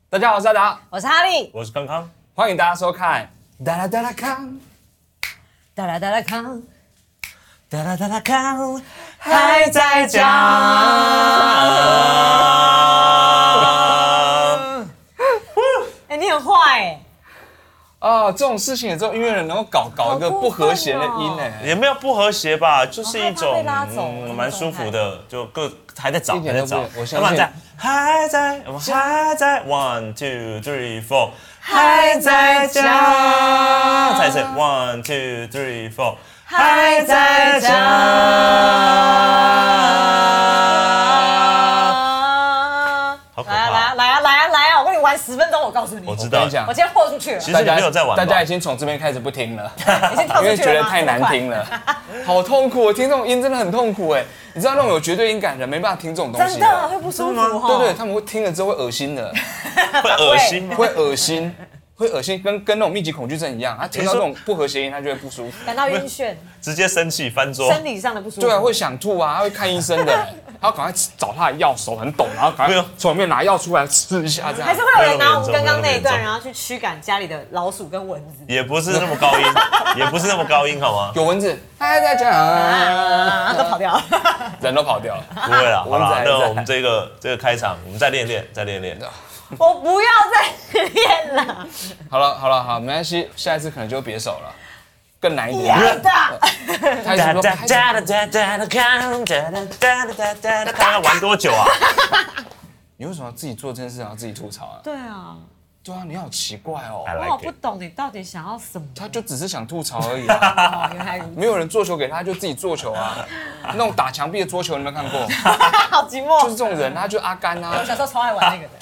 大家好，我是阿达， 我是哈利， 我是康康， 欢迎大家收看哒啦哒啦康， 哒啦哒啦康， 哒啦哒啦康，还在讲。 哎，你很坏哎！ 啊，这种事情也只有音乐人能够搞一个不和谐的音哎， 也没有不和谐吧，就是一种被拉走蛮舒服的，就各还在找， 一点都不我相信还在，我们还在 ，1 2 3 4，还在讲，再一次 1 2 3 4，还在讲。好可怕！ 来啊！我跟你玩10分钟，我告诉你。 我知道， 我跟你讲我今天豁出去了。 其实你没有在玩吧， 大家已经从这边开始不听了， 已经跳出去了吗因为觉得太难听了，好痛苦。我听这种音真的很痛苦哎，你知道那种有绝对音感的人没办法听这种东西真的会不舒服哈。 对，他们会听了之后会恶心的， 会恶心吗？ 会恶心。会恶心，跟那种密集恐惧症一样，他听到这种不和谐音，他就会不舒服， 感到晕眩， 直接生气翻桌， 生理上的不舒服。 对啊，会想吐啊，他会看医生的，他要赶快找他的药，手很抖，然后赶快从里面拿药出来吃一下，这样。 还是会有人拿我们刚刚那一段，然后去驱赶家里的老鼠跟蚊子。 也不是那么高音，也不是那么高音，好吗？ 有蚊子，还在讲， 都跑掉了， 人都跑掉了。 不会啦，好啦， 蚊子还在那我们这个开场，我们再练练。 我不要再练了。 好了，没关系，下一次可能就别手了，更难一点。 要的。 开始说， 要玩多久啊？ 你为什么要自己做这件事，然后自己吐槽啊？ 对啊， 对啊，你好奇怪哦。 I 我 like 好 it 不懂你到底想要什么。 他就只是想吐槽而已啊， 哦，原来如此。 没有人做球给他，就自己做球啊。那种打墙壁的桌球，你有没有看过？ 好寂寞。 就是这种人，他就阿甘啊我。小时候超爱玩那个的。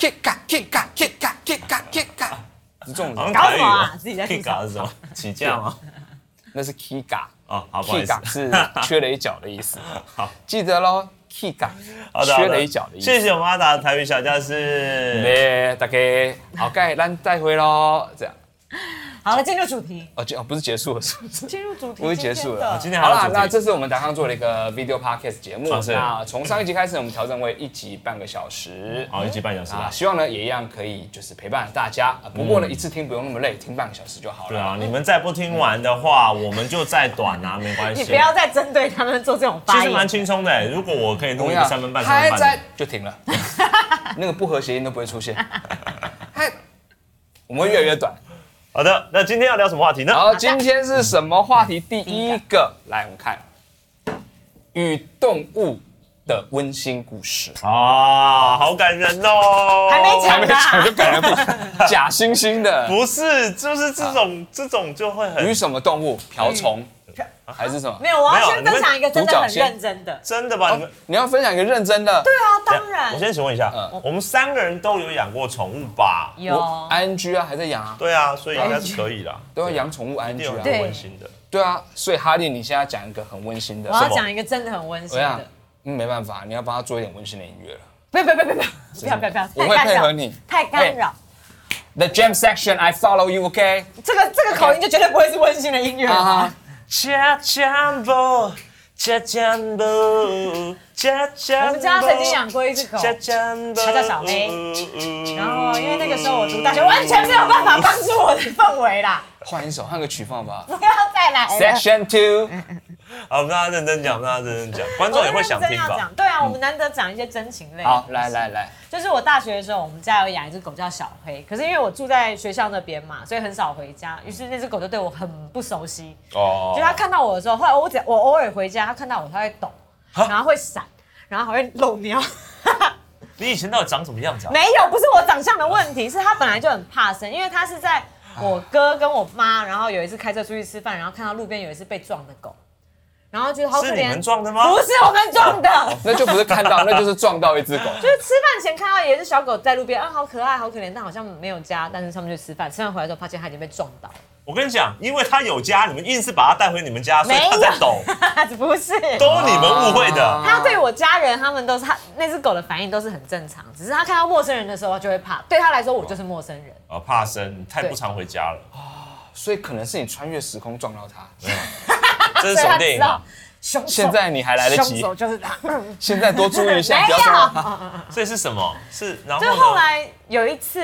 kick 是这种人， 搞什么啊自己在吐槽 Kick 是什么？起价吗？ 那是 kiga。 哦，好，不好意思。 kiga 是缺了一脚的意思。 好， 记得咯 kiga 好的， 缺了一脚的意思。 谢谢我们阿达的台语小教室。 对，大家好，盖咱再会咯，这样。 好了，进入主题。 不是结束了，是不是？ 进入主题。 不是结束了， 今天好啦， 还有主题那这是我们达康做的一个 video podcast 节目。 是那从上一集开始，我们调整为1集半个小时。 好，1集半小时啊， 啦。 希望呢也一样可以就是陪伴大家。不过呢，一次听不用那么累，听半个小时就好了。 对啊，你们再不听完的话，我们就再短啊，没关系。 你不要再针对他们做这种发言。 其实蛮轻松的，如果我可以录一个3分半、3 还在分半， 就停了，那个不和谐音都不会出现。嗨，我们会越来越短。 好的，那今天要聊什么话题呢？ 好，今天是什么话题？第一个，来我们看与动物的温馨故事。 啊，好感人哦！ 还没还没讲讲就感觉不假惺惺的。 不是，就是这种就会很与什么动物？瓢虫还是什么？ 没有，我没有要先分享一个真的很独角仙认真的。 真的吧？你们你要分享一个认真的？ 对啊，当然我先请问一下，我们3个人都有养过宠物吧？ 有。 ING 啊，还在养啊， 对啊，所以应该是可以啦。 都要养宠物一定 ING 啊。 有很温馨的。 对啊，所以哈利，你现在讲一个很温馨的。 我要讲一个真的很温馨怎样的。？ 没办法，你要帮他做一点温馨的音乐了。 不要， 我会配合你。 太干扰。 The jam section, I follow you, OK？ 这个口音就绝对不会是温馨的音乐了吧。 加江波，加江波，加江。 我们家曾经养过一只狗， 加江波， 它叫小黑。然后因为那个时候我读大学，完全没有办法帮助我的氛围啦。 换一首，换个曲风吧。 不要再来了。 Section 2， 好，我们让他认真讲，观众也会想听吧？ 对啊，我们难得讲一些真情类。 好，来， 就是我大学的时候，我们家有养一只狗叫小黑，可是因为我住在学校那边嘛，所以很少回家，于是那只狗就对我很不熟悉。 哦就它看到我的时候，后来我偶尔回家，它看到我，它会抖，然后会闪，然后还会露喵。 你以前到底长什么样子啊？ 没有，不是我长相的问题，是它本来就很怕生，因为它是在我哥跟我妈，然后有一次开车出去吃饭，然后看到路边有一只被撞的狗，然后觉得好可怜。 是你们撞的吗？ 不是我们撞的。 那就不是看到，那就是撞到一只狗。 就是吃饭前看到有一只小狗在路边，啊，好可爱，好可怜，但好像没有家，但是他们去吃饭，吃完回来之后发现它已经被撞倒。 我跟你讲，因为他有家，你们硬是把他带回你们家，所以他在抖， 不是， 都你们误会的。 他对我家人，他们都是那只狗的反应都是很正常，只是他看到陌生人的时候，他就会怕。对他来说，我就是陌生人。 怕生，你太不常回家了。 所以可能是你穿越时空撞到它。 这是什么电影啊？ 凶手现在你还来得及凶手就是他。 现在多注意一下， 没不要撞到它。 有， 所以是什么？是然后就后来有一次，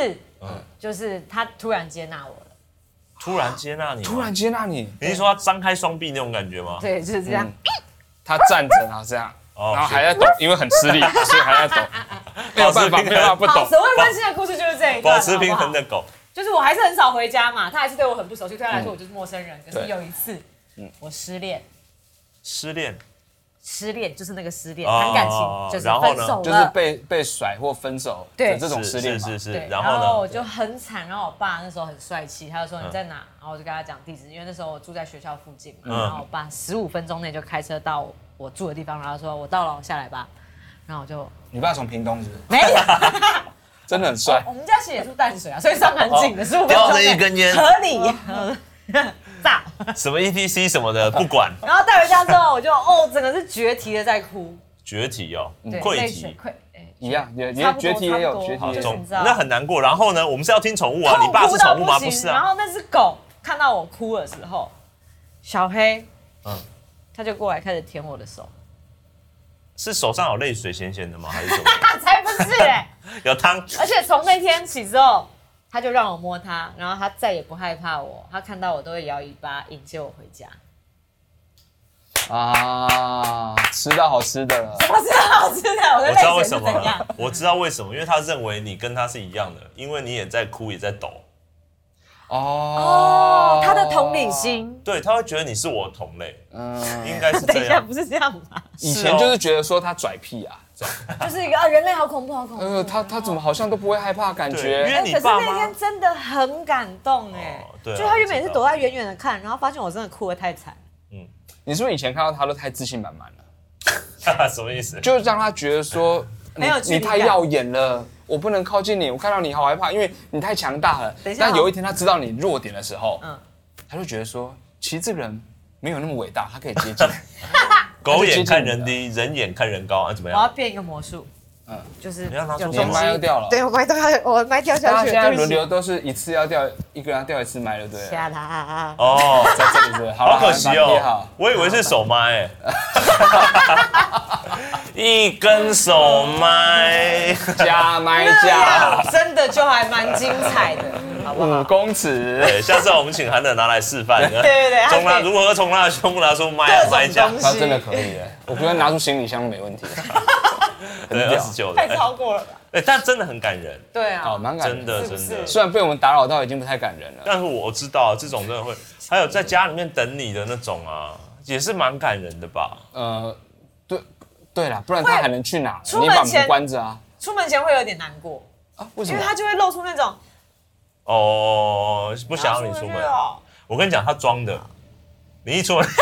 就是他突然接纳我了。 突然接纳你， 突然接纳你， 你是说他张开双臂那种感觉吗？ 对，就是这样。 他站着然后这样，然后还在抖，因为很吃力，所以还在抖，没有办法不好， 抖。 所谓温馨的故事就是这一段。 保持平衡的狗。 就是我还是很少回家嘛，他还是对我很不熟悉，对他来说我就是陌生人。可是有一次，我失恋就是那个失恋，谈感情就是分手了， 就是被甩或分手的这种失恋嘛。 是。 然然后呢？ 后我就很惨，然后我爸那时候很帅气，他就说你在哪？然后我就跟他讲地址，因为那时候我住在学校附近嘛。然后我爸15分钟内就开车到我住的地方，然后说我到了，下来吧。然后我就， 你爸从屏东是不是？ 没有， 真的很帅。 我们家其实也住淡水啊，所以算蛮近的，15分钟叼着一根烟， 合理。炸什么 ETC 什么的不管， 然后带回家之后，我就整个是决堤的在哭， 决堤哦， 对， 溃堤， 一样，决堤也有决堤， 那很难过。然后呢，我们是要听宠物啊，你爸是宠物吗？不是啊。 然后那只狗看到我哭的时候，小黑，他就过来开始舔我的手， 是手上有泪水咸咸的吗？还是什么？ 才不是哎， 有汤。 而且从那天起之后。他就让我摸他，然后他再也不害怕我，他看到我都会摇尾巴迎接我回家。 啊，吃到好吃的了！ 什么吃到好吃的？我的泪水是怎样？ 我知道为什么，因为他认为你跟他是一样的，因为你也在哭，也在抖。 他的同理心， 对，他会觉得你是我的同类，应该是这样。 等一下，不是这样吧？ 以前就是觉得说他拽屁啊，这样就是一个人类好恐怖，好恐怖。 他怎么好像都不会害怕感觉？ 因为你可是那天真的很感动哎，就他原本是躲在远远的看，然后发现我真的哭得太惨。 你是不是以前看到他都太自信满满了？ 什么意思？ 就是让他觉得说你太耀眼了。我不能靠近你，我看到你好害怕，因为你太强大了。但有一天他知道你弱点的时候，他就觉得说，其实这个人没有那么伟大，他可以接近。 狗眼看人低，人眼看人高，怎么样？ 我要变一个魔术，就是你要拿出你的麦又掉了， 对，我麦掉下去。 现在轮流都是一次要掉一个人要掉一次麦，对不对？ 吓他哦， 在这里是好可惜哦，我以为是手麦。一根手麦加麦加， 真的就还蛮精彩的，好不好 ？5公尺。 对，下次我们请韩冷拿来示范。 对， 从他如何从他的胸部拿出麦夹， 他真的可以的。我觉得拿出行李箱没问题。 对，29的， 太超过了吧？ 但真的很感人。 对啊， 蛮感人， 真的。 虽然被我们打扰到，已经不太感人了， 但是我知道这种真的会，还有在家里面等你的那种啊，也是蛮感人的吧？ 对啦，不然他还能去哪？你把门关着啊。 出门前会有点难过啊？为什么？ 因为他就会露出那种不想要你出门。我跟你讲，他装的。你一出门，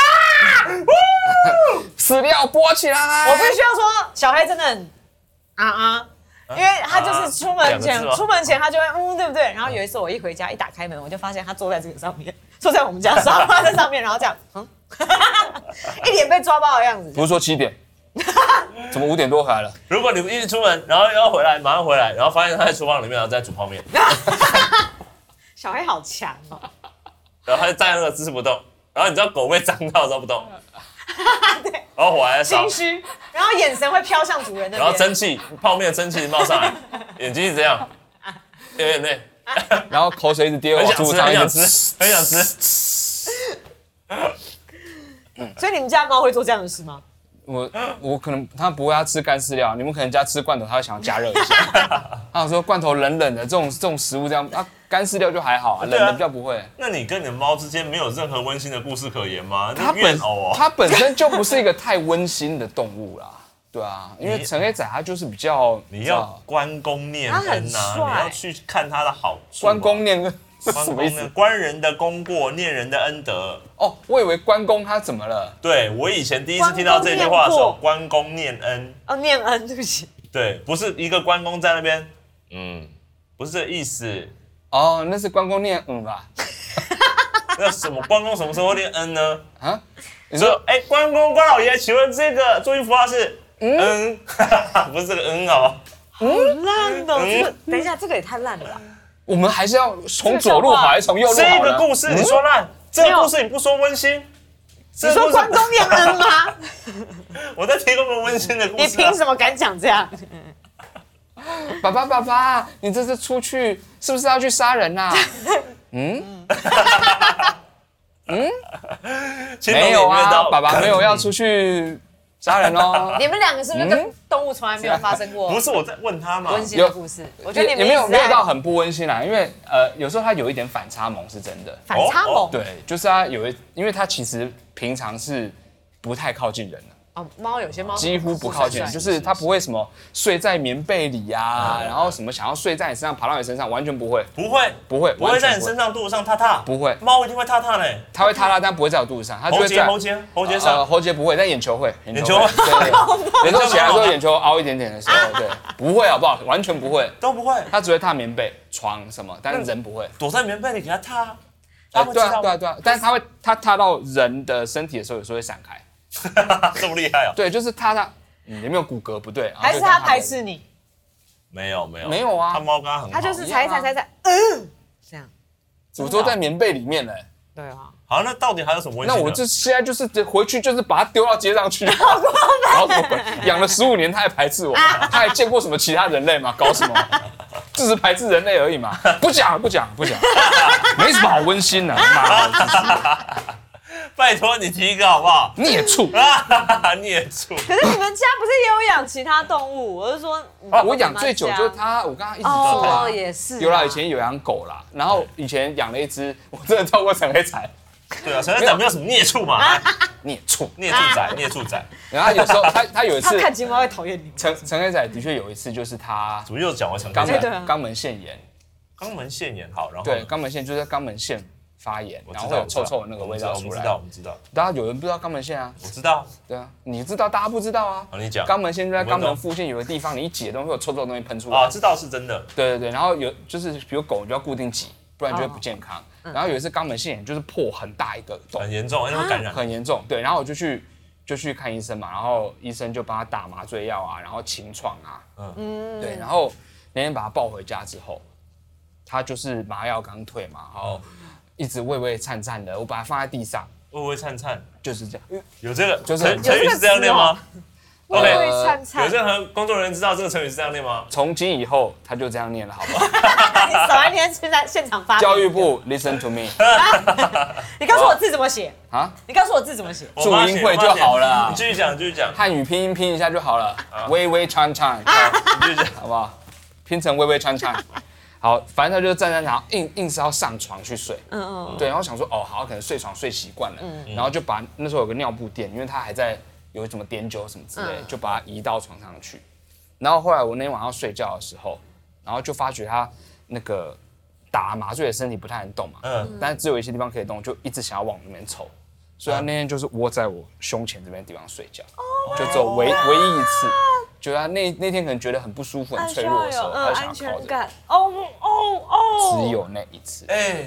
饲料拨起来。 我必须要说，小黑真的很因为他就是出门前他就会对不对？然后有一次我一回家一打开门，我就发现他坐在这个上面，坐在我们家沙发的上面，然后这样一脸被抓包的样子。 不是说7点。怎么5点多回来了？ 如果你一直出门，然后要回来，马上回来，然后发现他在厨房里面，然后在煮泡面。 小黑好强哦！ 然后他就站在那个姿势不动，然后你知道狗被脏到的时候不动， 对， 然后火还在烧， 心虚，然后眼神会飘向主人那边， 然后蒸汽泡面的蒸汽冒上来，眼睛是这样，有点累， 然后口水一直滴往桌上， 很想吃。 所以你们家猫会做这样的事吗？ 我可能他不会要吃干饲料，你们可能家吃罐头，他会想要加热一下。他想说罐头冷冷的这种食物这样，干饲料就还好，冷的比较不会。 那你跟你的猫之间没有任何温馨的故事可言吗？ 它本身就不是一个太温馨的动物啦，对啊，因为陈黑仔他就是比较你要关公念恩啊，你要去看他的好处。 关公念恩。什么意思？ 关人的功过，念人的恩德。 哦，我以为关公他怎么了？ 对，我以前第一次听到这句话的时候，关公念恩。 念恩，对不起。 对，不是一个关公在那边，不是这个意思。 哦，那是关公念恩吧？ 那什么关公什么时候念恩呢？啊？你说，关公关老爷，请问这个注音符号是不是这个好吧？ 好烂哦！等一下，这个也太烂了吧？ 我们还是要从左路好还是从右路好？ 这个故事你说烂，这个故事你不说温馨， 你说关公念恩吗？ 我在提供个温馨的故事。 你凭什么敢讲这样？ 爸爸，你这次出去是不是要去杀人啊？没有啊，爸爸没有要出去杀人哦。 你们两个是不是跟动物从来没有发生过？ 不是我在问他嘛， 温馨的故事。我觉得你们也没有到很不温馨啦，因为有时候他有一点反差萌是真的。 反差萌？ 对，就是他因为他其实平常是不太靠近人的。 哦，猫有些猫几乎不靠近，就是它不会什么睡在棉被里啊，然后什么想要睡在你身上，爬到你身上，完全不会， 不会在你身上肚子上踏踏， 不会， 猫一定会踏踏嘞， 它会踏踏，但不会在我肚子上，它就会在喉结上， 喉结不会，但眼球会， 眼球会， 眼球起来之后，眼球凹一点点的时候，对，不会好不好？完全不会， 都不会， 它只会踏棉被、床什么，但是人不会， 躲在棉被里给它踏， 对啊，但是它踏到人的身体的时候，有时候会闪开。 这么厉害哦！ 对，就是他有没有骨骼不对？ 还是他排斥你？ 没有啊， 他猫刚刚很好， 他就是踩，这样。 我都在棉被里面嘞。 对啊。 好，那到底还有什么温馨？ 那我现在就是回去就是把它丢到街上去。好过分！养了15年，他还排斥我，他还见过什么其他人类吗？搞什么？只是排斥人类而已嘛。不讲，没什么好温馨的。 拜托你提一个好不好？ 孽畜， 孽畜。 可是你们家不是也有养其他动物？我是说， 我养最久就是它，我刚刚一直说哦，也是。 有啦，以前有养狗啦，然后以前养了一只，我真的跳过陈黑仔。 对啊，陈黑仔没有什么孽畜嘛？ 孽畜仔。 然后有时候他有一次， 他看金猫会讨厌你。 陈黑仔的确有一次，就是他怎么又讲回陈黑仔？ 肛门腺炎。 肛门腺炎好，然后对，肛门腺就是在肛门腺发炎，然后会有臭臭的那个味道出来。 我们知道。 大家有人不知道肛门腺啊？ 我知道。 对啊，你知道，大家不知道啊。 好，你讲。 肛门腺就在肛门附近有个地方，你一挤东西会有臭臭的东西喷出来。啊， 知道是真的。 对，然后就是比如狗就要固定挤，不然就会不健康。然后有一次肛门腺炎就是破很大一个洞， 很严重，因为感染。 很严重，对。然后我就去看医生嘛，然后医生就帮他打麻醉药啊，然后清创啊，对。然后那天把他抱回家之后，他就是麻药刚退嘛，然后一直畏畏颤颤的，我把它放在地上， 畏畏颤颤， 就是这样。 有这个， 就是成语是这样念吗？ 畏畏颤颤。 有任何工作人员知道这个成语是这样念吗？ 从今以后他就这样念了，好不好？ 你少来念，现场发。 教育部 listen to me。 你告诉我字怎么写啊？ 你告诉我字怎么写？ 注音会就好了。 你继续讲。 汉语拼音拼一下就好了。微微颤颤， 你继续讲， 好不好？拼成微微颤颤。好，反正他就站，然后硬是要上床去睡。对，然后想说好，可能睡床睡习惯了，然后就把那时候有个尿布垫，因为他还在有什么碘酒什么之类，就把它移到床上去。然后后来我那天晚上睡觉的时候，然后就发觉他那个打麻醉的身体不太能动嘛，但是只有一些地方可以动，就一直想要往那边凑，所以他那天就是窝在我胸前这边地方睡觉，就只有唯一一次。觉得他那天可能觉得很不舒服、很脆弱的时候，他就想要靠着。只有那一次。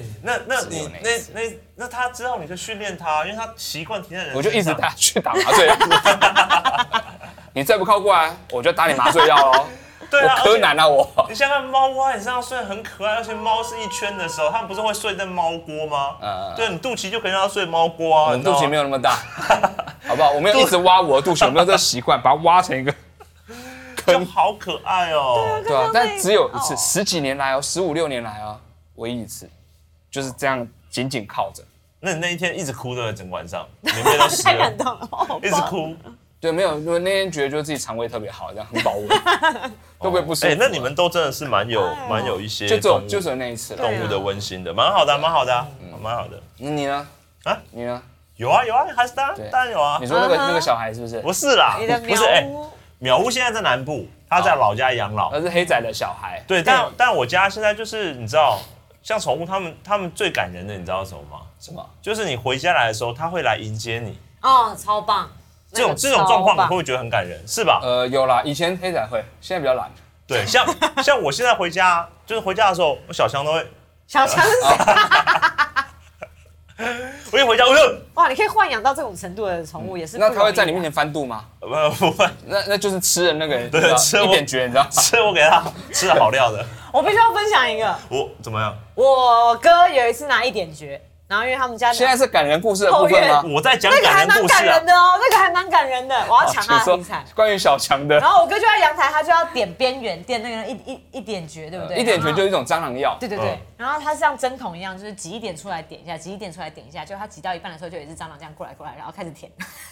那他之后你就训练他，因为他习惯停在人身上。 我就一直带他去打麻醉药。你再不靠过来，我就打你麻醉药喽。 对啊， 我柯南啊我。 你想看猫窝在你身上睡很可爱，而且猫是一圈的时候，它们不是会睡在猫窝吗？对，你肚脐就可以让它睡猫窝啊。 我肚脐没有那么大，好不好？我没有一直挖我的肚脐，我没有这个习惯，把它挖成一个。 就好可爱哦， 对啊，但只有一次，10几年来哦，15、16年来哦，唯一一次，就是这样紧紧靠着。 那你那一天一直哭的整晚上，棉被都湿了， 太感动了， 一直哭。 对，没有，因为那天觉得就是自己肠胃特别好，这样很保温，会不会不舒服？ 那你们都真的是蛮有一些， 就那一次动物的温馨的，蛮好的，蛮好的。 你呢？啊，你呢？ 有啊，还是当然有啊。 你说那个小孩是不是？ 不是啦， 你的不是苗屋现在在南部，他在老家养老。 他是黑仔的小孩。 对，但我家现在就是你知道，像宠物他们最感人的，你知道什么吗？ 什么？ 就是你回家来的时候，他会来迎接你。 哦，超棒！ 这种状况，你会不会觉得很感人？是吧？ 有啦，以前黑仔会，现在比较懒。 对，像我现在回家，就是回家的时候，我小强都会。 小强是谁？ 我一回家，我就哇，你可以豢养到这种程度的宠物也是。 那他会在你面前翻肚吗？ 不会， 那就是吃了那个， 对，吃一点绝，你知道？ 吃我给他吃了好料的。 我必须要分享一个。 我怎么样？ 我哥有一次拿一点绝， 然后因为他们家现在是感人故事的部分吗？ 我在讲那个还蛮感人故事感人的哦，那个还蛮感人的，我要抢他的题材。 关于小强的， 然后我哥就在阳台，他就要点边缘，点那个一点诀，对不对？ 一点诀就是一种蟑螂药。 对对对。然后他像针筒一样，就是挤一点出来点一下，挤一点出来点一下，就他挤到一半的时候，就有一只蟑螂这样过来，然后开始舔。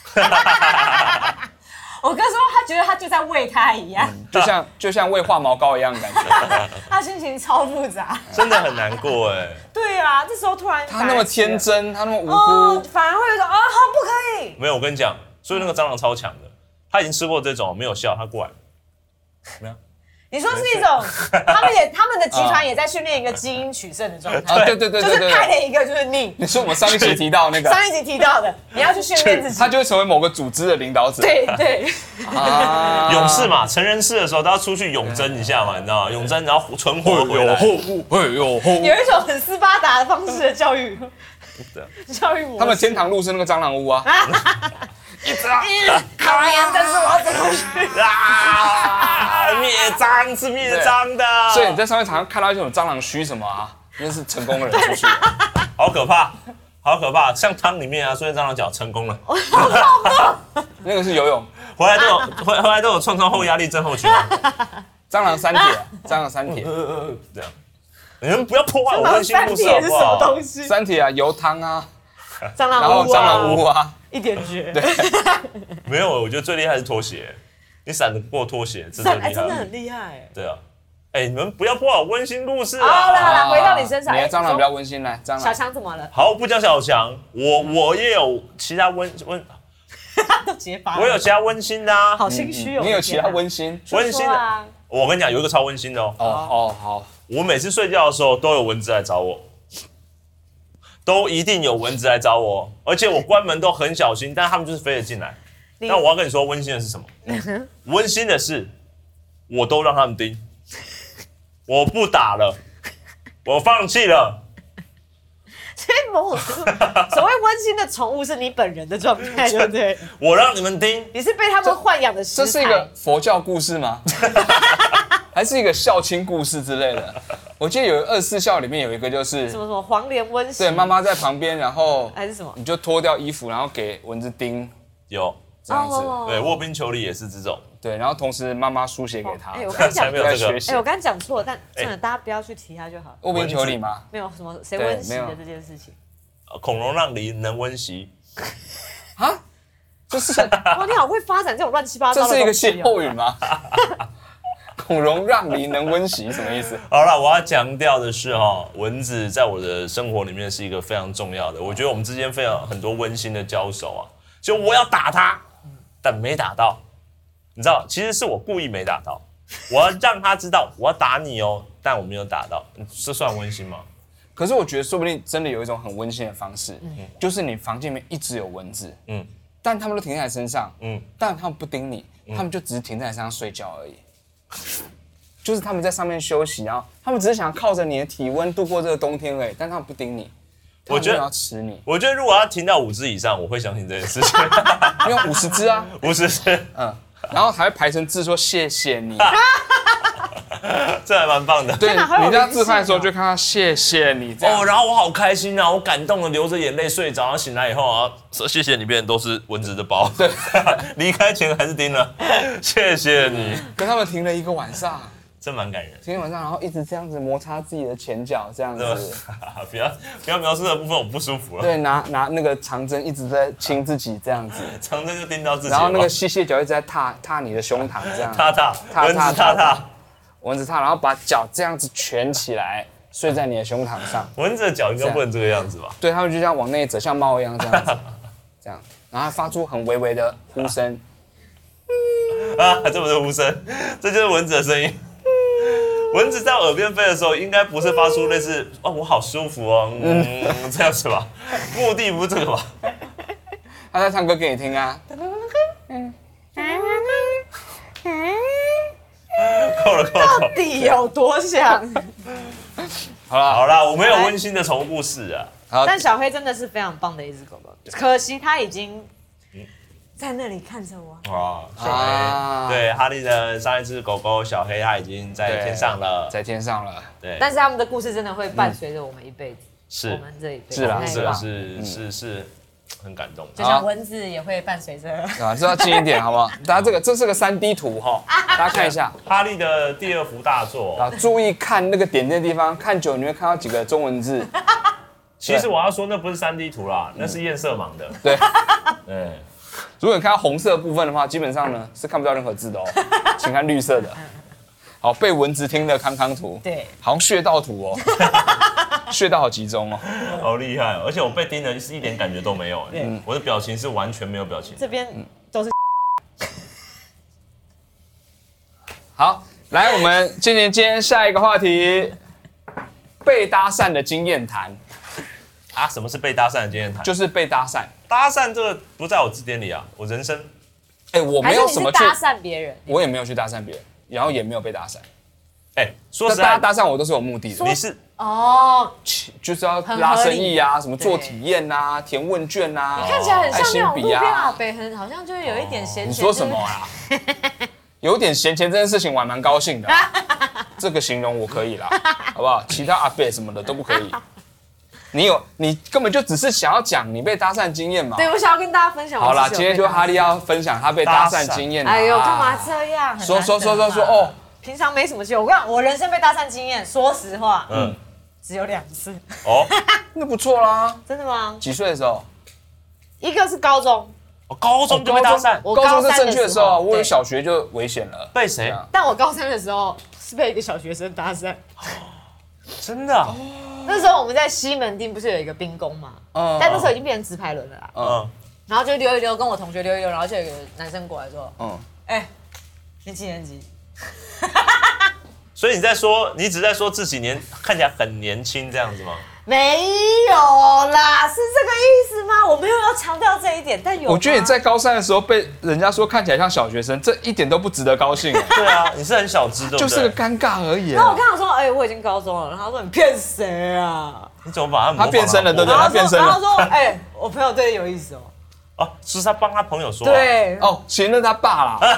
我哥说他觉得他就在喂他一样， 就像喂化毛膏一样的感觉。 他心情超复杂， 真的很难过哎。 对啊，这时候突然他那么天真，他那么无辜， 反而会有一种好不可以。 没有，我跟你讲，所以那个蟑螂超强的，他已经吃过这种没有效，他过来，没有。 你说是一种，他们的集团也在训练一个基因取胜的状态。 对， 就是派了一个就是你。 你说我们上一集提到那个， 上一集提到的，你要去训练自己， 他就会成为某个组织的领导者。 对。 勇士嘛，成人式的时候都要出去永贞一下嘛，你知道吗？永贞然后存活回来。 有一种很斯巴达的方式的教育模式。 他们天堂路是那个蟑螂屋啊。一直考验，但是我要怎么去灭蟑是灭蟑的， 所以你在上面常常看到一种蟑螂须什么啊，那是成功的人出去， 好可怕，好可怕！像汤里面啊，出现蟑螂脚成功了， 那个是游泳， 回来都有创伤后压力症候群， 蟑螂三铁，蟑螂三铁， 这样，你们不要破坏我温馨故事好不好？ 三铁啊，油汤啊， 蟑螂屋啊， 然后蟑螂屋啊。 一点绝， 没有，我觉得最厉害是拖鞋，你闪得过拖鞋，这最厉害， 真的很厉害。 对啊，你们不要破坏温馨故事啊！ 好了，回到你身上， 你的蟑螂比较温馨来，蟑螂。 小强怎么了？ 好，不讲小强，我也有其他温， 都结巴， 我有其他温馨的啊， 好心虚哦。 你有其他温馨的？我跟你讲，有一个超温馨的哦。 好， 我每次睡觉的时候都有蚊子来找我。都一定有蚊子来找我，而且我关门都很小心，但他们就是飞了进来。但我要跟你说，温馨的是什么？温馨的是，我都让他们叮，我不打了，我放弃了。 所以某种程度，所谓温馨的宠物是你本人的状态，对不对？ 我让你们叮， 你是被他们豢养的食材。 这是一个佛教故事吗？还是一个孝亲故事之类的？我记得有24孝里面有一个就是什么黄连温馨， 对，妈妈在旁边，然后还是什么， 你就脱掉衣服，然后给蚊子叮， 有这样子， 对，卧冰求鲤也是这种， 对，然后同时妈妈书写给他， 我刚讲没有这个， 我刚讲错，但算了，大家不要去提他就好。 卧冰求鲤吗？ 没有什么谁温习的这件事情， 孔融让梨能温席啊，就是哇，你好会发展这种乱七八糟的这是一个歇后语吗？孔融让梨能温席什么意思？ 好了，我要强调的是蚊子在我的生活里面是一个非常重要的。我觉得我们之间很多温馨的交手啊，就我要打他，但没打到，你知道，其实是我故意没打到，我要让他知道我要打你哦，但我没有打到，这算温馨吗？ 可是我觉得说不定真的有一种很温馨的方式，就是你房间里面一直有蚊子，但他们都停在你身上，但他们不叮你，他们就只是停在你身上睡觉而已。就是他们在上面休息，然后他们只是想靠着你的体温度过这个冬天而已，但他们不叮你，我觉得要吃你。 我觉得如果要停到5只以上，我会相信这件事情。 因为50只啊 ，50只， 然后还会排成字说谢谢你， 这还蛮棒的。 对，你这样自拍的时候就看到谢谢你这样。 然后我好开心啊，我感动的流着眼泪睡着，然后醒来以后啊，说谢谢你，别人都是蚊子的包。对，离开前还是叮了，谢谢你。 跟他们停了1个晚上， 真蛮感人。 停1个晚上，然后一直这样子摩擦自己的前脚，这样子。 不要描述的部分我不舒服了。 对，拿那个长针一直在亲自己这样子， 长针就叮到自己。 然后那个细脚一直在踏你的胸膛这样。蚊子踏，然后把脚这样子蜷起来，睡在你的胸膛上。 蚊子的脚应该不能这个样子吧？ 对，他们就这样往内折，像猫一样这样子，这样，然后发出很微微的呼声。 这不是呼声，这就是蚊子的声音。蚊子在我耳边飛的时候，应该不是发出类似“我好舒服哦”这样子吧？目的不是这个吧？ 他在唱歌给你听啊。 够了， 到底有多想？ 好啦，我们有温馨的宠物故事啊。 但小黑真的是非常棒的一只狗狗，可惜它已经在那里看着我。 哇，小黑，对，哈利的上一只狗狗小黑，它已经在天上了， 在天上了。 对， 但是他们的故事真的会伴随着我们一辈子。 是我们这一辈是啦是很感动。 就像蚊子也会伴随着啊，这要近一点好不好？大家这是个3D 图哈，大家看一下。 哈利的第2幅大作啊，注意看那个点点的地方，看久你会看到几个中文字。 其实我要说那不是3D 图啦，那是验色盲的。 对， 对。 如果你看到红色部分的话，基本上呢是看不到任何字的哦，请看绿色的。好，被蚊子听的康康图， 对， 好像穴道图哦，穴道好集中哦， 好厉害哦！而且我被盯的是一点感觉都没有，我的表情是完全没有表情。 这边都是。 好，来我们今天下一个话题，被搭讪的经验谈。 啊，什么是被搭讪的经验谈？ 就是被搭讪。 搭讪这个不在我字典里啊，我人生， 我没有什么去搭讪别人， 我也没有去搭讪别人，然后也没有被搭讪。 说实在， 大家搭讪我都是有目的的。 你是就是要拉生意啊，什么做体验啊，填问卷啊。 你看起来很像那种路边啊阿伯，好像就是有一点闲钱。 你说什么啊？有点闲钱这件事情我还蛮高兴的，这个形容我可以啦，好不好？其他阿伯什么的都不可以。你根本就只是想要讲你被搭讪经验嘛。 对，我想要跟大家分享。 好啦，今天就哈利要分享他被搭讪经验。 哎呦，干嘛这样？ 说哦， 平常没什么机会。我人生被搭讪经验，说实话，只有2次。 哦， 那不错啦。 真的吗？ 几岁的时候？ 一个是高中。 高中就被搭讪。 我高中是正确的时候，我有小学就危险了。 被谁？ 但我高3的时候是被一个小学生搭讪。 真的？ 那时候我们在西门町不是有一个兵工嘛？但那时候已经变成直排轮了啦。然后就溜一溜，跟我同学溜一溜，然后就有一个男生过来说：“你几年级？” 所以你只在说自己看起来很年轻这样子吗？ 没有啦，是这个意思吗？我没有要强调这一点，但有。 我觉得你在高3的时候被人家说看起来像小学生，这一点都不值得高兴。 对啊，你是很小只，对不对？ 就是个尴尬而已。 然后我跟他说：“我已经高中了。”然后他说：“你骗谁啊？” 你怎么把他变身了，对不对？他变身了。 然后说：“我朋友对你有意思哦。” 哦，是他帮他朋友说。 对。 哦，其实那是他爸啦。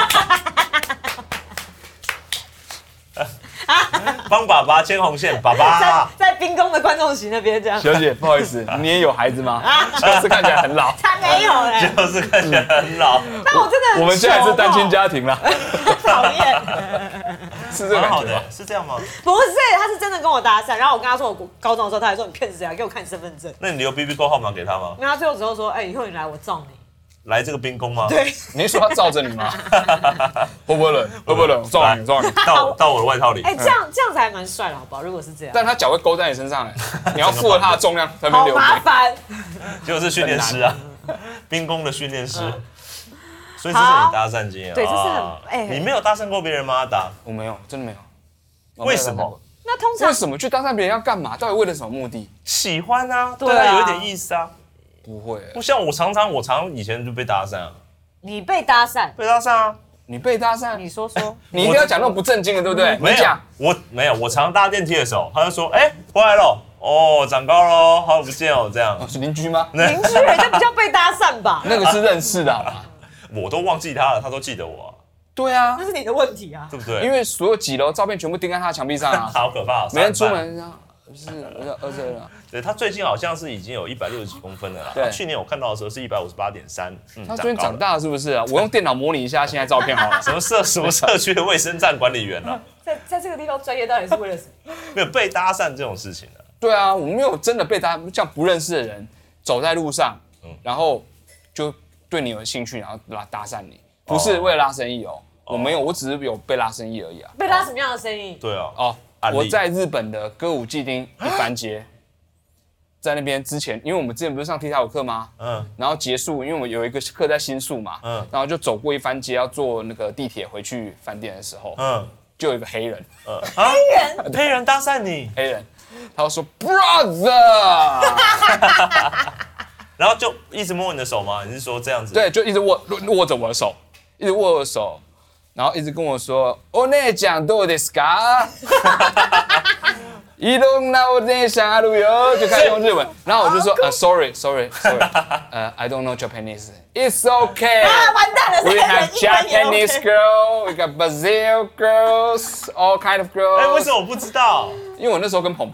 帮爸爸牵红线，爸爸在兵工的观众席那边这样。 小姐，不好意思，你也有孩子吗？就是看起来很老。 才没有嘞， 就是看起来很老。 但我真的， 我们现在是单亲家庭啦。 讨厌。 是这个好的，是这样吗？ 不是，他是真的跟我搭讪，然后我跟他说我高中的时候，他还说你骗谁啊？给我看身份证。 那你留 BB 扣号码给他吗？ 因为他最后只会说，以后你来我罩你。 来这个兵工吗？ 对， 你是说他罩着你吗？会不会冷？会不会冷？罩你， 到我的外套里。 这样子还蛮帅的，好不好？如果是这样， 但他脚会勾在你身上，你要负了他的重量才能留。 好麻烦。 就是训练师啊，兵工的训练师。所以这是你搭讪经验。 对，这是很你没有搭讪过别人吗？阿达？ 我没有，真的没有。 为什么？ 那通常为什么去搭讪别人要干嘛？到底为了什么目的？ 喜欢啊，对他有一点意思啊。 不会， 不像我常常以前就被搭讪啊。 你被搭讪？ 被搭讪啊！ 你被搭讪？ 你说， 你一定要讲那种不正经的，对不对？ 没有，我没有，我常搭电梯的时候，他就说：“回来了，哦，长高了，好久不见哦。”这样是邻居吗？ 邻居人家不叫被搭讪吧？ 那个是认识的，好吧？ 我都忘记他了，他都记得我。 对啊， 那是你的问题啊， 对不对？ 因为所有几楼照片全部钉在他的墙壁上啊， 好可怕！ 每天出门是22了。 对，他最近好像是已经有160几公分了啦。对，去年我看到的时候是158.3。 他最近长大了是不是啊？我用电脑模拟一下现在照片好了。 什么社区的卫生站管理员啊？ 在这个地方专业到底是为了什么？ 没有被搭讪这种事情的。 对啊，我没有真的被像不认识的人走在路上，然后就对你有兴趣，然后搭讪你，不是为了拉生意哦。我没有，我只是有被拉生意而已啊。 被拉什么样的生意？ 对啊。 我在日本的歌舞伎町一番街，在那边之前，因为我们之前不是上踢踏舞课吗？然后结束，因为我有一个课在新宿嘛，然后就走过一番街，要坐那个地铁回去饭店的时候，就有一个黑人， 黑人搭讪你， 黑人，他就说 brother， 然后就一直摸你的手吗？你是说这样子？ 对，就一直握着我的手，一直握我的手。然后一直跟我说，お姉ちゃんどうですか？いろんなお姉ちゃんあるよ，就开始用日文。然后我就说，sorry， I don't know Japanese. It's okay. 完蛋了 We have Japanese girl, we got Brazil girls, all kind of girls. 为什么我不知道？ 因为我那时候跟鹏鹏。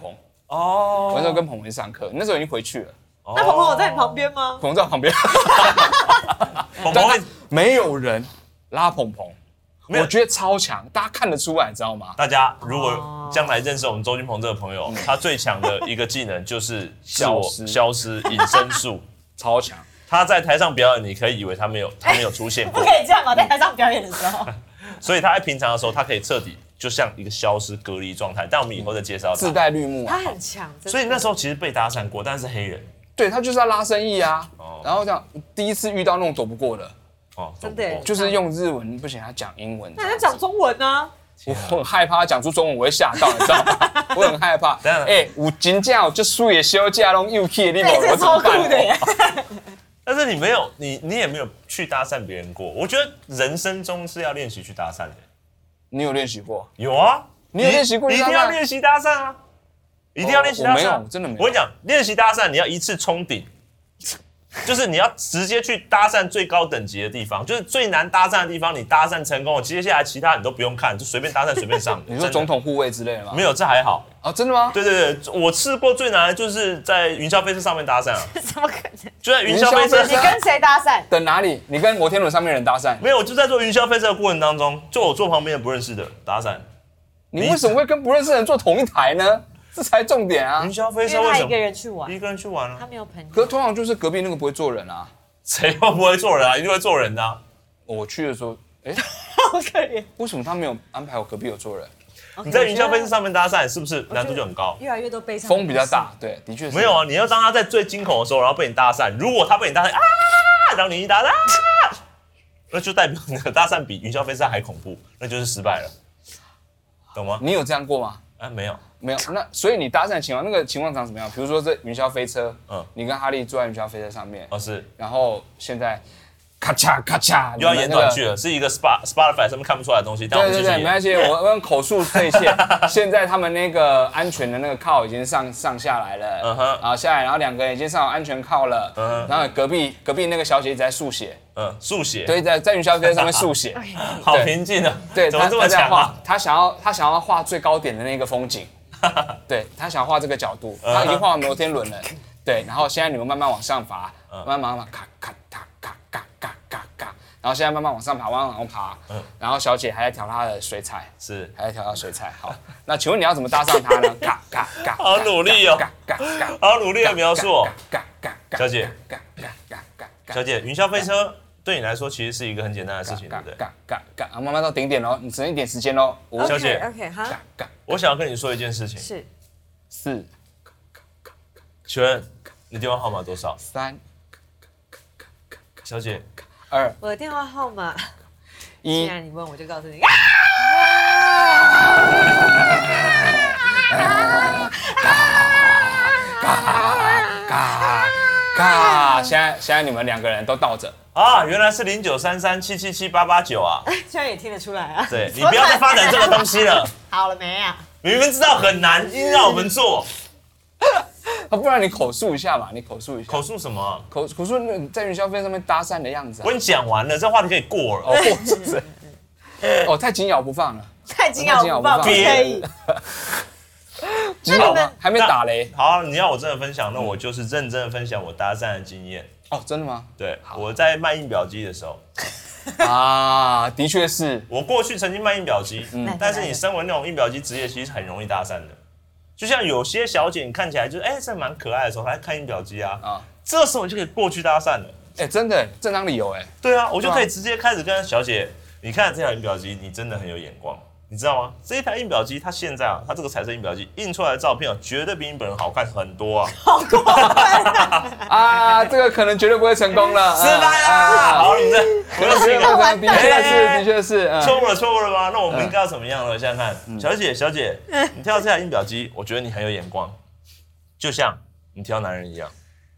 哦， 我那时候跟鹏鹏上课，那时候已经回去了。 那鹏鹏我在你旁边吗？ 鹏鹏在我旁边， 鹏鹏没有人拉鹏鹏，我觉得超强，大家看得出来，你知道吗？ 大家如果将来认识我们周金鹏这个朋友，他最强的一个技能就是消失隐身术， 超强。 他在台上表演，你可以以为他没有出现过， 不可以这样嘛，在台上表演的时候。 所以他在平常的时候，他可以彻底就像一个消失隔离状态。但我们以后再介绍他自带绿幕， 他很强。 所以那时候其实被搭讪过，但是黑人。 对他就是要拉生意啊，然后这样第一次遇到那种躲不过的， 真的就是用日文不行，他讲英文， 那他讲中文呢？ 我很害怕他讲出中文，我会吓到，你知道吗？我很害怕。有真正就输也休假拢又去，你我超酷的耶！ 但是你没有，你也没有去搭讪别人过。我觉得人生中是要练习去搭讪的。 你有练习过？ 有啊， 你有练习过？ 你一定要练习搭讪啊！一定要练习搭讪。 我没有，真的没有。 我跟你讲，练习搭讪你要一次冲顶，就是你要直接去搭讪最高等级的地方，就是最难搭讪的地方，你搭讪成功了，接下来其他你都不用看，就随便搭讪随便上。 你说总统护卫之类的吗？ 没有，这还好。 哦，真的吗？ 对，我试过最难的就是在云霄飞车上面搭讪啊。 怎么可能？ 就在云霄飞车， 你跟谁搭讪？ 等哪里？你跟摩天轮上面的人搭讪？ 没有，我就在做云霄飞车的过程当中，就我坐旁边的不认识的搭讪。 你为什么会跟不认识的人坐同一台呢？这才重点啊！ 云霄飞车因为他为什么一个人去玩？ 一个人去玩啊？ 他没有朋友。 可是通常就是隔壁那个不会坐人啊。 谁又不会做人啊？一定会做人的啊。 我去的时候， 好可怜。 为什么他没有安排我隔壁有坐人？ 你在云霄飞车上面搭讪，是不是难度就很高？ 越来越多悲伤。 风比较大，对，的确是。 没有啊，你要当他在最惊恐的时候，然后被你搭讪。如果他被你搭讪啊，然后你一搭讪，那就代表你的搭讪比云霄飞车还恐怖，那就是失败了，懂吗？ 你有这样过吗？ 没有。 没有，那所以你搭讪的情况，那个情况长什么样？比如说这云霄飞车，你跟哈利坐在云霄飞车上面， 是， 然后现在咔嚓咔嚓， 又要演短剧了，是一个 Spotify 上面看不出来的东西。 对，没关系，我用口述兑现。现在他们那个安全的那个铐已经上下来了，然后下来，然后两个人已经上好安全铐了，然后隔壁那个小姐一直在速写， 速写， 对，在云霄飞车上面速写， 好平静啊， 对， 怎么这么强啊？ 他想要画最高点的那个风景。对他想画这个角度，他已经画完摩天轮了。对，然后现在你们慢慢往上爬，慢慢咔咔咔咔咔咔咔咔，然后现在慢慢往上爬，慢慢往上爬。然后小姐还在调她的水彩，还在调她水彩。好，那请问你要怎么搭上她呢？咔咔咔， 好努力哦，好努力的描述哦，小姐，小姐，云霄飞车对你来说其实是一个很简单的事情，对不对？ 然后慢慢到顶点喽，你只剩一点时间喽。 小姐 ，OK， 好。 我想要跟你说一件事情。 是。 请问你电话号码多少 ？3。 小姐。 2。 我的电话号码。 1。 既然你问，我就告诉你。 现在你们两个人都倒着啊！原来是0933777889啊！ 现在也听得出来啊！ 对，你不要再发展这个东西了。 好了没啊？ 明明知道很难，硬让我们做。 不然你口述一下嘛？你口述一下。 口述什么？ 口述你在云霄飞车上面搭讪的样子。 我已经讲完了，这话题可以过了。 是不是？太紧咬不放了。 太紧咬不放，不可以。 还没打雷。 好，你要我真的分享，那我就是认真的分享我搭讪的经验。 哦，真的吗？ 对，我在卖印表机的时候。 的确是我过去曾经卖印表机，但是你身为那种印表机职业，其实很容易搭讪的。就像有些小姐，你看起来就是这蛮可爱的时候，她在看印表机啊，这时候你就可以过去搭讪了。 真的正当理由对啊，我就可以直接开始跟小姐，你看这台印表机，你真的很有眼光。你知道吗？这一台印表机，它现在它这个彩色印表机印出来的照片绝对比你本人好看很多啊！ 好过分这个可能绝对不会成功了， 失败啦！好，你这不要信了， 的确是错误了吗？那我们应该要怎么样呢？想想看，小姐，你挑这台印表机，我觉得你很有眼光，就像你挑男人一样。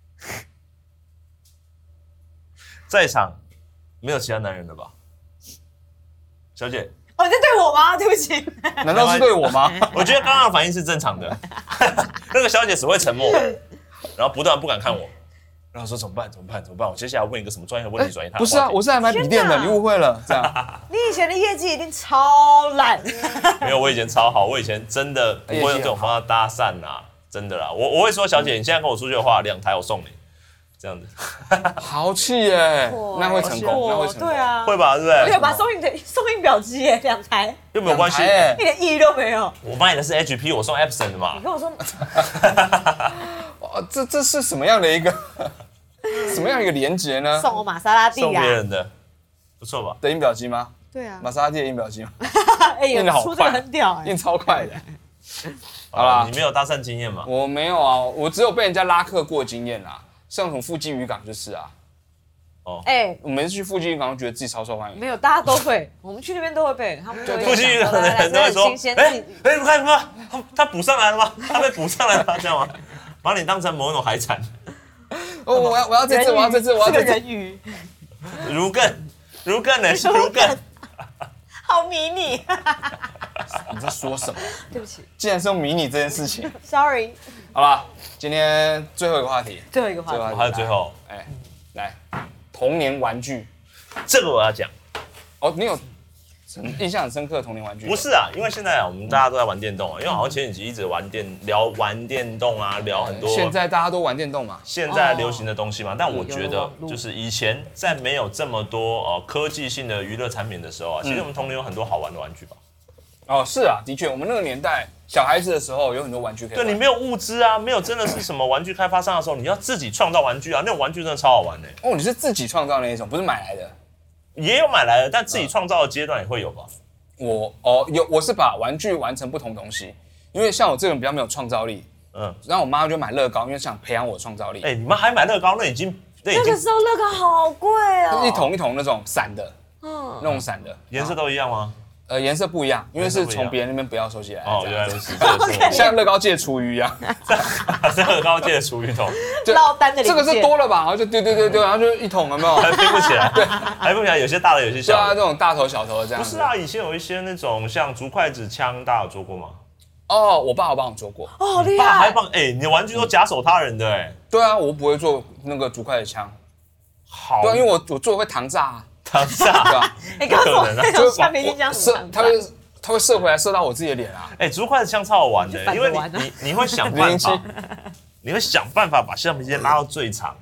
在场没有其他男人了吧？小姐。 这对我吗？对不起。 难道是对我吗？ 我觉得刚刚的反应是正常的。那个小姐只会沉默，然后不断不敢看我，然后说怎么办？我接下来问一个什么专业的问题转移她。 不是啊，我是来买笔电的，你误会了。这样。 你以前的业绩一定超烂。 没有，我以前超好，我以前真的不会用这种方法搭讪啊。 真的啦，我会说，小姐，你现在跟我出去的话，2台我送你，这样子。 豪气耶，那会成功，那会成功。 对啊， 会吧？对不对？ 而且把送印表机耶，2台又没有关系， 一点意义都没有。 我买的是 HP， 我送 Epson 的嘛。 你跟我说， 这是什么样的一个连结呢？ 送我玛莎拉蒂送别人的，不错吧？ 的印表机吗？ 对啊， 玛莎拉蒂的印表机吗？ 哎，印的好快，很屌， 印超快的。 好啦，你没有搭讪经验吗？ 我没有啊，我只有被人家拉客过经验啦。像从富基渔港就是啊。 哦， 我每次去富基渔港，都觉得自己超受欢迎。 没有，大家都会，我们去那边都会被他们。 富基渔港的人都会说，你看，他补上来了吗？他被补上来了，这样吗？把你当成某一种海产。 我要这只，我要这只，我要这只。 人鱼。 如艮呢？是如艮。 好迷你。 你在说什么？ 对不起， 竟然是用迷你这件事情。 Sorry。 好了，今天最后一个话题。 最后一个话题。 还有最后， 来，童年玩具， 这个我要讲。 哦，你有印象很深刻的童年玩具？ 不是啊，因为现在我们大家都在玩电动啊，因为好像前几集一直聊玩电动啊，聊很多。 现在大家都玩电动嘛， 现在流行的东西嘛。但我觉得，就是以前在没有这么多科技性的娱乐产品的时候啊，其实我们童年有很多好玩的玩具吧。 哦，是啊，的确，我们那个年代小孩子的时候有很多玩具可以玩。 对，你没有物资啊，没有真的是什么玩具开发商的时候，你要自己创造玩具啊，那种玩具真的超好玩的。 哦，你是自己创造那一种，不是买来的？ 也有买来的，但自己创造的阶段也会有吧。 我是把玩具玩成不同东西，因为像我这个人比较没有创造力，然后我妈就买乐高，因为想培养我创造力。 你们还买乐高，那个时候乐高好贵哦， 一桶一桶那种散的，那种散的， 颜色都一样吗？ 颜色不一样，因为是从别人那边不要收集来的。 哦，原来如此， 像乐高界厨余一样， 是乐高界的厨余桶， 落单的零件。 这个是多了吧？然后就丢，然后就一桶，有没有？ 还拼不起来，对，还拼不起来，有些大的，有些小的。 对啊，这种大头小头的这样。 不是啊，以前有一些那种像竹筷子枪，大家有做过吗？ 哦，我爸帮我做过。 哦，好厉害！ 爸还帮你的玩具都假手他人的对啊，我不会做那个竹筷子枪。 好。 对啊，因为我做的会膛炸啊。 膛炸？ 对啊。 你告诉我那种橡皮筋枪射， 它会射回来，射到我自己的脸啊！ 竹筷子枪超好玩的，因为你会想办法，你会想办法把橡皮筋拉到最长。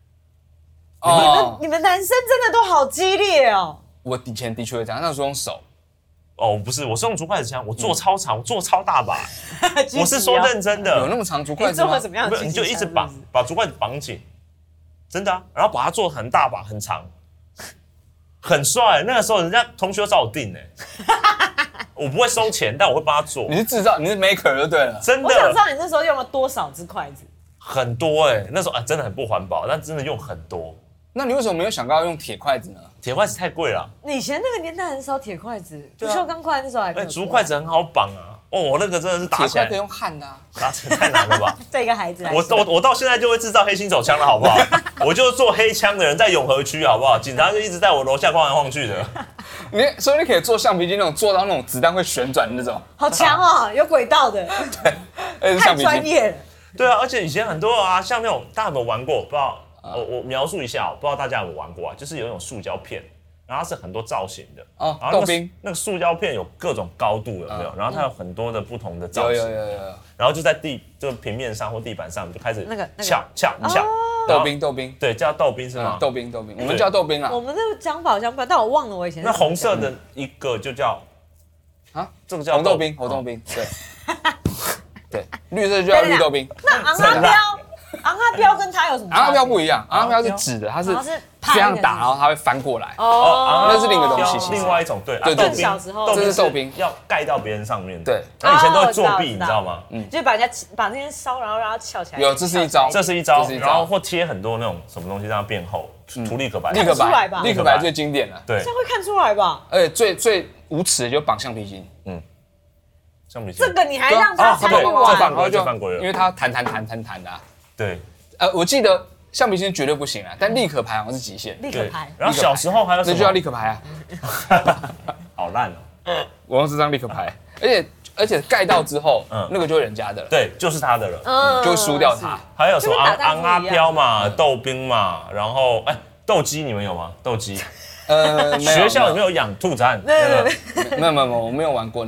你们男生真的都好激烈哦！ 我以前的确会这样，那时候用手。 哦，不是，我是用竹筷子枪，我做超长，我做超大把。我是说认真的， 有那么长竹筷子吗？ 你做了怎么样？ 你就一直把竹筷子绑紧，真的啊，然后把它做很大把，很长，很帅。那个时候人家同学找我订我不会收钱，但我会帮他做。 你是制造，你是 maker 就对了。 真的。 我想知道你那时候用了多少只筷子？ 很多那时候真的很不环保，但真的用很多。 那你为什么没有想到用铁筷子呢？ 铁筷子太贵了。 以前那个年代很少铁筷子，不锈钢筷那时候还没有。 竹筷子很好绑啊。哦，那个真的是打起来。 铁筷可以用焊的啊。 打起来太难了吧？ 对一个孩子来说，我到现在就会制造黑心手枪了，好不好？我就做黑枪的人，在永和区，好不好？警察就一直在我楼下晃来晃去的。 所以你可以做橡皮筋那种，做到那种子弹会旋转的那种。 好强哦，有轨道的。 对， 太专业了。 对啊，而且以前很多啊，像那种大家有没有玩过？不知道，我描述一下，不知道大家有没有玩过啊？就是有一种塑胶片，然后它是很多造型的。 哦，豆冰。 那个塑胶片有各种高度，有没有？然后它有很多的不同的造型。 有。 然后就在就平面上或地板上就开始撬。 豆冰， 对，叫豆冰是吗？ 豆冰，我们叫豆冰啊。 我们的讲法好像不一样，但我忘了我以前。 那红色的一个就叫这个叫红豆冰，对。对，绿色就叫绿豆冰。 那昂阿标跟它有什么？ 昂阿标不一样，昂阿标是纸的，它是这样打，然后它会翻过来。哦，那是另一个东西， 另外一种。对， 小时候这是豆冰，要盖到别人上面。 对， 那以前都会作弊，你知道吗？ 就是把那些烧，然后让它翘起来。 有，这是一招， 然后或贴很多那种什么东西让它变厚，涂立可白。 立可白最经典了。 对， 这样会看出来吧？ 而且最无耻的就绑橡皮筋。 橡皮筋。 这个你还让他参与玩？ 犯规了， 因为它弹的。 对。 我记得橡皮筋绝对不行啊，但立可牌好像是极限。 立可牌。 然后小时候还有什么？ 这就叫立可牌啊。 好烂哦！ 我用这张立可牌，而且盖到之后，那个就是人家的了。 对，就是他的了， 就会输掉它。 还有什么昂阿飘嘛，豆冰嘛，然后斗鸡你们有吗？斗鸡。学校有没有养兔仔？ 没有， 我没有玩过那个。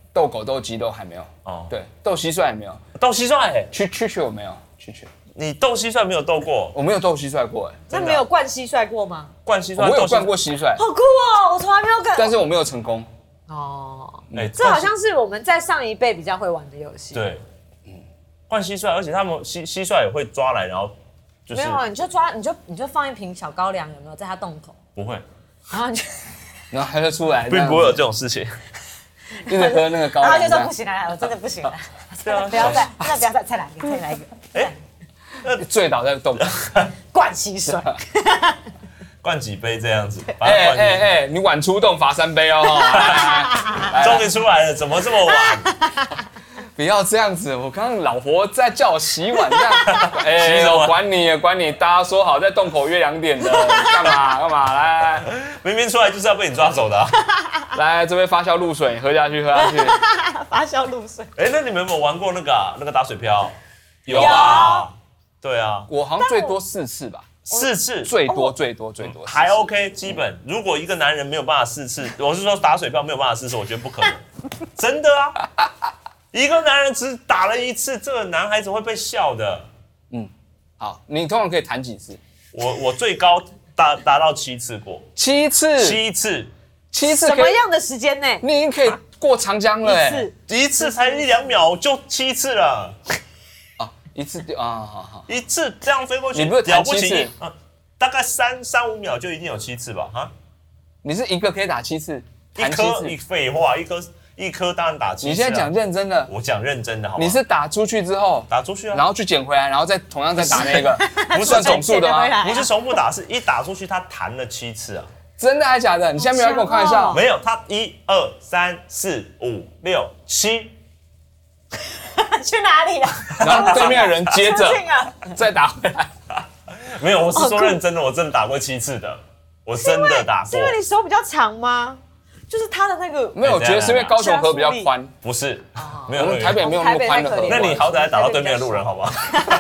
斗狗斗鸡都还没有。哦，对，斗蟋蟀也没有。 斗蟋蟀？ 蛐我没有。蛐。 你斗蟋蟀没有斗过？ 我没有斗蟋蟀过。 那没有灌蟋蟀过吗？ 灌蟋蟀， 我有灌过蟋蟀。 好酷哦！我从来没有灌， 但是我没有成功。 哦，这好像是我们在上一辈比较会玩的游戏。 对，灌蟋蟀，而且他们蟋蟀也会抓来，然后就是没有，你就放一瓶小高粱，有没有在它洞口？ 不会， 然后它就出来， 并不会有这种事情。 一直喝那个高粱， 然后就说不行了，我真的不行了，不要再，再来一个，再来一个。 哎，醉倒在洞口， 灌蟋蟀。 灌几杯这样子， 你晚出洞罚3杯哦！ 终于出来了，怎么这么晚？ 不要这样子，我刚刚老婆在叫我洗碗，这样，我管你，大家说好在洞口约2点的，干嘛？来， 明明出来就是要被你抓走的。 来，这杯发酵露水，喝下去。 发酵露水。 那你们有没有玩过那个打水漂？有啊，对啊， 我好像最多4次吧。 4次最多还 OK， 基本。如果一个男人没有办法4次，我是说打水漂没有办法4次，我觉得不可能，真的啊！一个男人只打了1次，这个男孩子会被笑的。 好，你通常可以弹几次？ 我最高达到7次过。 7次， 什么样的时间内？ 你已经可以过长江了一次才1-2秒就7次了。 一次好， 一次这样飞过去， 你不是弹7次？ 大概3-5秒就一定有7次吧？哈， 你是一个可以打7次，弹7次？ 废话，一颗当然打7次。 你现在讲认真的？ 我讲认真的，好吗？ 你是打出去之后， 打出去啊， 然后去捡回来，然后再同样再打那个，不算总数的吗？ 不是重复打，是一打出去他弹了7次啊！ 真的还假的？你现在没有跟我开玩笑？ 没有，他1、2、3、4、5、6、7。 去哪里了？ 然后对面的人接着再打回来。 没有，我是说认真的，我真的打过7次的，我真的打过。 是因为你手比较长吗？就是他的那个没有，我觉得是因为高雄河比较宽， 不是，没有， 我们台北没有那么宽的河。 那你好歹打到对面的路人好吗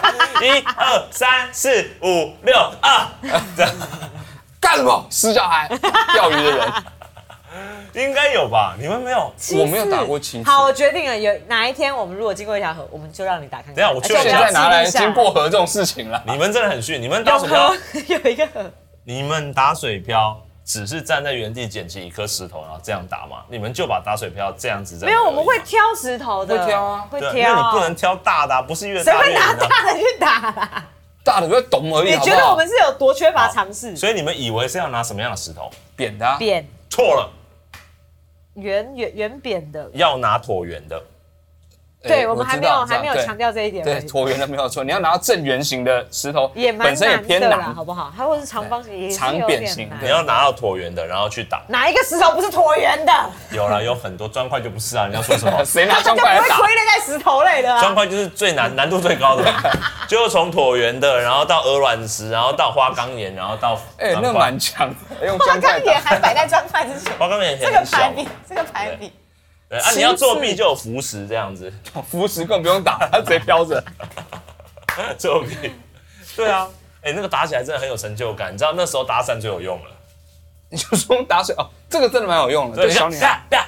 ？1、2、3、4、5、6啊！这样干什么？死小孩，钓鱼的人。 应该有吧？你们没有？ 我没有打过7次。 好，我决定了，有哪一天我们如果经过一条河，我们就让你打看看。 等下我现在拿来经过河这种事情了。 你们真的很逊，你们打水漂有一个河， 你们打水漂只是站在原地捡起一颗石头，然后这样打嘛？你们就把打水漂这样子在。 没有，我们会挑石头的， 会挑啊， 会挑。 那你不能挑大的，不是越大越谁会拿大的去打啦？ 大的不要懂而已。 你觉得我们是有多缺乏尝试？ 所以你们以为是要拿什么样的石头？ 扁的。 扁。 错了。 圆扁的， 要拿椭圆的。 对，我们还没有强调这一点。 对，椭圆的没有错，你要拿到正圆形的石头， 本身也偏难， 好不好？它或是长方形， 长扁形， 你要拿到椭圆的，然后去打。 哪一个石头不是椭圆的？ 有啦，有很多砖块就不是啊！你要说什么？ 谁拿砖块来打？ 不会归类在石头类的啊。 砖块就是最难度最高的，就是从椭圆的，然后到鹅卵石，然后到花岗岩，然后到那蛮强，用花岗岩还摆在砖块之前。 花岗岩这个排比。 对啊，你要作弊就有浮石这样子， 浮石更不用打，它直接飘着。 作弊，对啊，那个打起来真的很有成就感，你知道那时候搭讪最有用了。 你就说打水哦，这个真的蛮有用的，对小女孩。 啪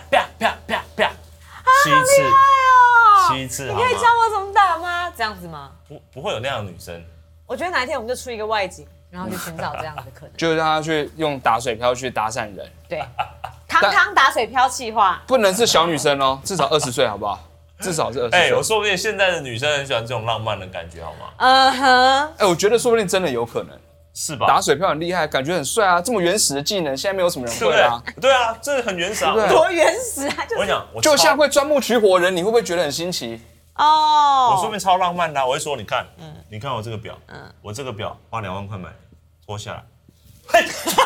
7次， 你可以教我怎么打吗？这样子吗？ 不会有那样的女生。 我觉得哪一天我们就出一个外景，然后去寻找这样的可能， 就让他去用打水漂去搭讪人。 对。康打水漂企划， 不能是小女生哦，至少20岁好不好？至少是20岁。 我说不定现在的女生很喜欢这种浪漫的感觉，好吗？ 我觉得说不定真的有可能， 是吧？ 打水漂很厉害，感觉很帅啊，这么原始的技能，现在没有什么人会啊。 对啊，这很原始啊， 多原始啊！ 我跟你讲， 就像会钻木取火人，你会不会觉得很新奇？ 我说不定超浪漫的，我会说，你看，你看我这个表，我这个表花2万块买，脱下来，嘿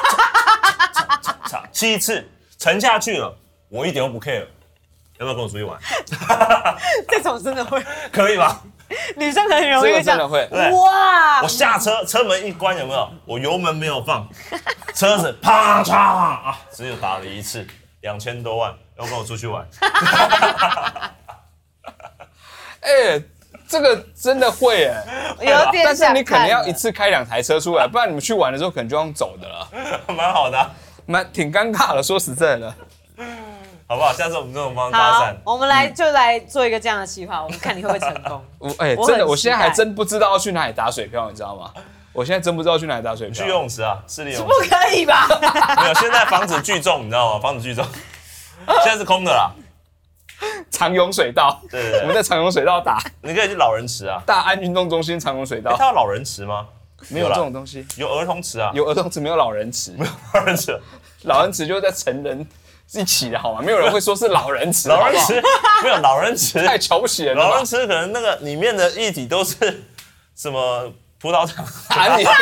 ，7次。沉下去了，我一点都不 care， 要不要跟我出去玩？ 这种真的会， 可以吧？ 女生很容易这样， 真的会。 哇！ 我下车，车门一关，有没有？我油门没有放，车子啪嚓啊，只有打了1次，2000多万，要跟我出去玩？ 这个真的会有点， 但是你可能要一次开2台车出来，不然你们去玩的时候可能就用走的了。 蛮好的， 挺尴尬的，说实在的。 好不好？下次我们这种方式搭讪。 我们来做一个这样的计划，我们看你会不会成功。 真的，我现在还真不知道要去哪里打水漂，你知道吗？我现在真不知道去哪里打水漂。 去游泳池啊，市立游泳池。不可以吧？ 没有，现在房子聚众，你知道吗？房子聚众，现在是空的啦。 长泳水道， 对， 我们在长泳水道打。 你可以去老人池啊， 大安运动中心长泳水道。 它有老人池吗？ 没有这种东西， 有儿童池啊， 有儿童池，没有老人池。 没有老人池， 老人池就是在成人一起的好吗？没有人会说是老人池。 老人池没有老人池， 太瞧不起人了。 老人池可能那个里面的液体都是什么葡萄糖？ 喊你！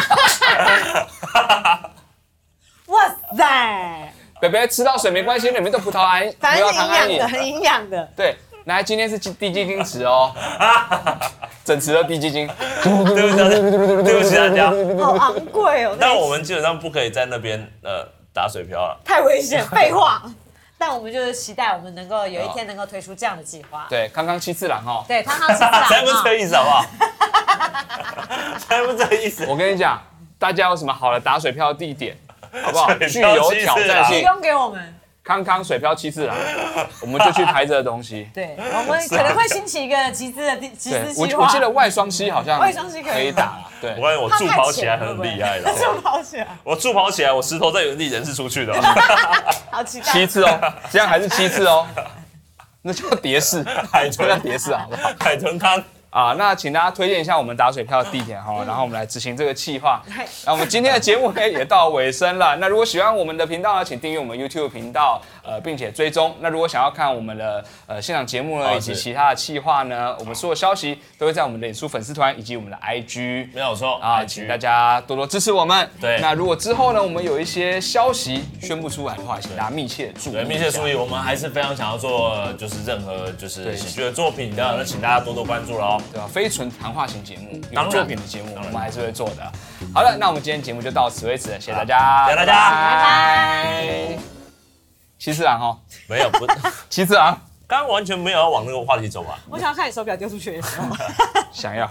哇塞！ 北北吃到水没关系，里面都葡萄胺， 反正是营养的，很营养的。 对，来，今天是低基金池哦，整池的低基金。 对不起大家， 好昂贵哦。 但我们基本上不可以在那边打水漂了， 太危险，废话。但我们就是期待我们能够有一天能够推出这样的计划。 对，康康七次郎哦。 对，康康七次郎。 才不是这个意思好不好？才不是这个意思。 我跟你讲，大家有什么好的打水漂的地点？好不好？具有挑战性， 提供给我们。 康康水漂七次郎，我们就去拍这个东西。 对，我们可能会兴起一个集资计划。 我记得外双溪好像可以打了。对， 我发现我助跑起来很厉害的。 助跑起来， 我助跑起来，我石头在原地人是出去的。 好期待。 7次哦，这样还是7次哦，那叫蝶式， 海豚叫蝶式好不好？ 海豚汤。 那请大家推荐一下我们打水漂的地点哈，然后我们来执行这个计划。那我们今天的节目呢也到尾声了。那如果喜欢我们的频道呢，请订阅我们 YouTube 频道，并且追踪。那如果想要看我们的现场节目呢，以及其他的企划呢，我们所有消息都会在我们的脸书粉丝团以及我们的 IG。 没有错啊，请大家多多支持我们。 对， 那如果之后呢，我们有一些消息宣布出来的话，请大家密切注意。 对，密切注意，我们还是非常想要做，就是任何就是喜剧的作品的，那请大家多多关注了哦。 对吧？非纯谈话型节目，有作品的节目，我们还是会做的。好了，那我们今天节目就到此为止了，谢谢大家， 谢谢大家， 拜拜。 七次郎哦， 没有不， 七次郎， 刚刚完全没有要往那个话题走吧？ 我想要看你手表丢出去的时候， 想要。